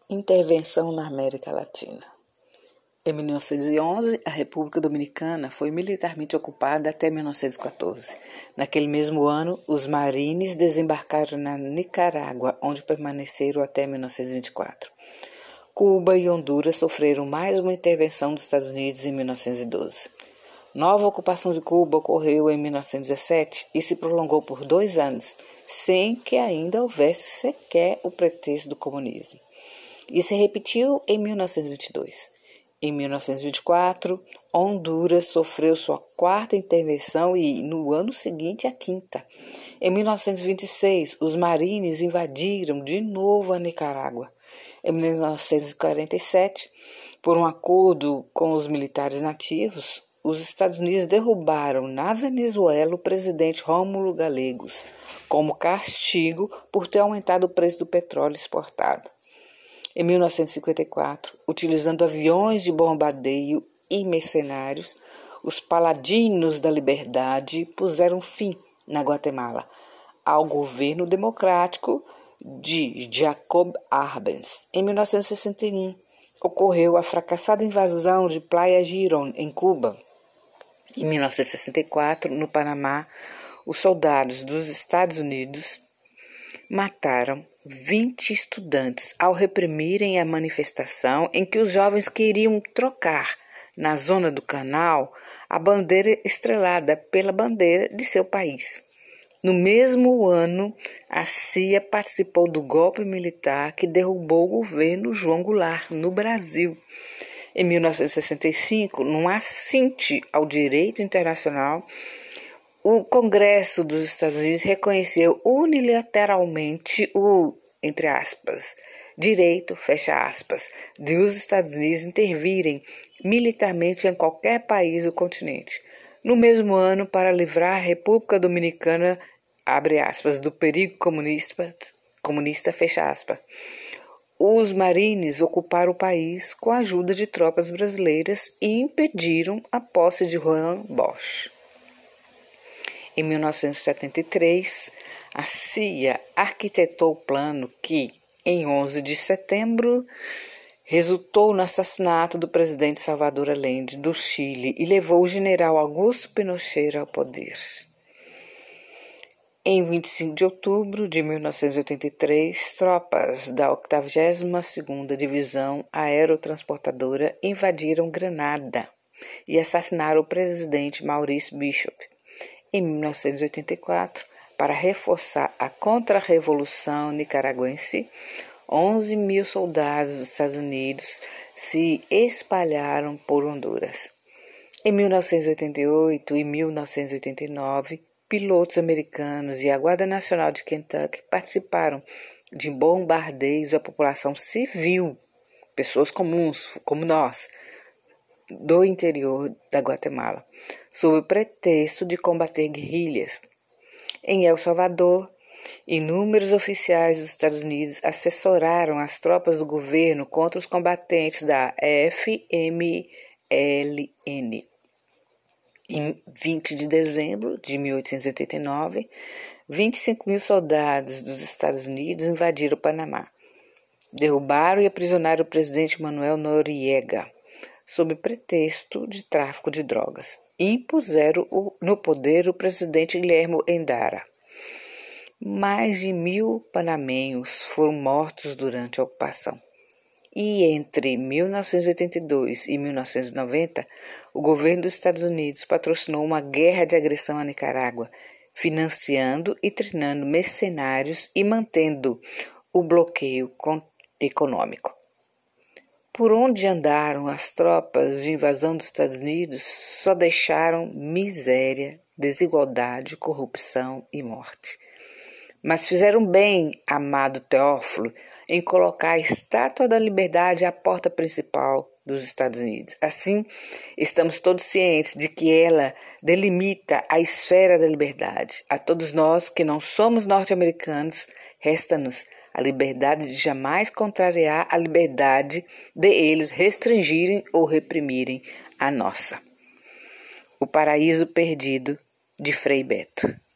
Intervenção na América Latina. Em 1911, a República Dominicana foi militarmente ocupada até 1914. Naquele mesmo ano, os Marines desembarcaram na Nicarágua, onde permaneceram até 1924. Cuba e Honduras sofreram mais uma intervenção dos Estados Unidos em 1912. Nova ocupação de Cuba ocorreu em 1917 e se prolongou por 2 anos, sem que ainda houvesse sequer o pretexto do comunismo. E se repetiu em 1922. Em 1924, Honduras sofreu sua 4ª intervenção e, no ano seguinte, a 5ª. Em 1926, os Marines invadiram de novo a Nicarágua. Em 1947, por um acordo com os militares nativos, os Estados Unidos derrubaram na Venezuela o presidente Rómulo Gallegos, como castigo por ter aumentado o preço do petróleo exportado. Em 1954, utilizando aviões de bombardeio e mercenários, os Paladinos da Liberdade puseram fim, na Guatemala, ao governo democrático de Jacob Arbenz. Em 1961, ocorreu a fracassada invasão de Playa Girón, em Cuba. Em 1964, no Panamá, os soldados dos Estados Unidos mataram 20 estudantes ao reprimirem a manifestação em que os jovens queriam trocar, na zona do canal, a bandeira estrelada pela bandeira de seu país. No mesmo ano, a CIA participou do golpe militar que derrubou o governo João Goulart no Brasil. Em 1965, num assinte ao direito internacional, o Congresso dos Estados Unidos reconheceu unilateralmente o, entre aspas, direito, fecha aspas, de os Estados Unidos intervirem militarmente em qualquer país do continente. No mesmo ano, para livrar a República Dominicana, abre aspas, do perigo comunista, fecha aspas, os Marines ocuparam o país com a ajuda de tropas brasileiras e impediram a posse de Juan Bosch. Em 1973, a CIA arquitetou o plano que, em 11 de setembro, resultou no assassinato do presidente Salvador Allende, do Chile, e levou o general Augusto Pinochet ao poder. Em 25 de outubro de 1983, tropas da 82ª Divisão Aerotransportadora invadiram Granada e assassinaram o presidente Maurice Bishop. Em 1984, para reforçar a contra-revolução nicaragüense, 11.000 soldados dos Estados Unidos se espalharam por Honduras. Em 1988 e 1989, pilotos americanos e a Guarda Nacional de Kentucky participaram de bombardeios à população civil, pessoas comuns, como nós, do interior da Guatemala, sob o pretexto de combater guerrilhas. Em El Salvador, inúmeros oficiais dos Estados Unidos assessoraram as tropas do governo contra os combatentes da FMLN. Em 20 de dezembro de 1889, 25.000 soldados dos Estados Unidos invadiram o Panamá. Derrubaram e aprisionaram o presidente Manuel Noriega, sob pretexto de tráfico de drogas, e impuseram no poder o presidente Guillermo Endara. Mais de 1.000 panamenhos foram mortos durante a ocupação. E entre 1982 e 1990, o governo dos Estados Unidos patrocinou uma guerra de agressão à Nicarágua, financiando e treinando mercenários e mantendo o bloqueio econômico. Por onde andaram as tropas de invasão dos Estados Unidos, só deixaram miséria, desigualdade, corrupção e morte. Mas fizeram bem, amado Teófilo, em colocar a Estátua da Liberdade à porta principal dos Estados Unidos. Assim, estamos todos cientes de que ela delimita a esfera da liberdade. A todos nós que não somos norte-americanos, resta-nos a liberdade de jamais contrariar a liberdade de eles restringirem ou reprimirem a nossa. O Paraíso Perdido, de Frei Beto.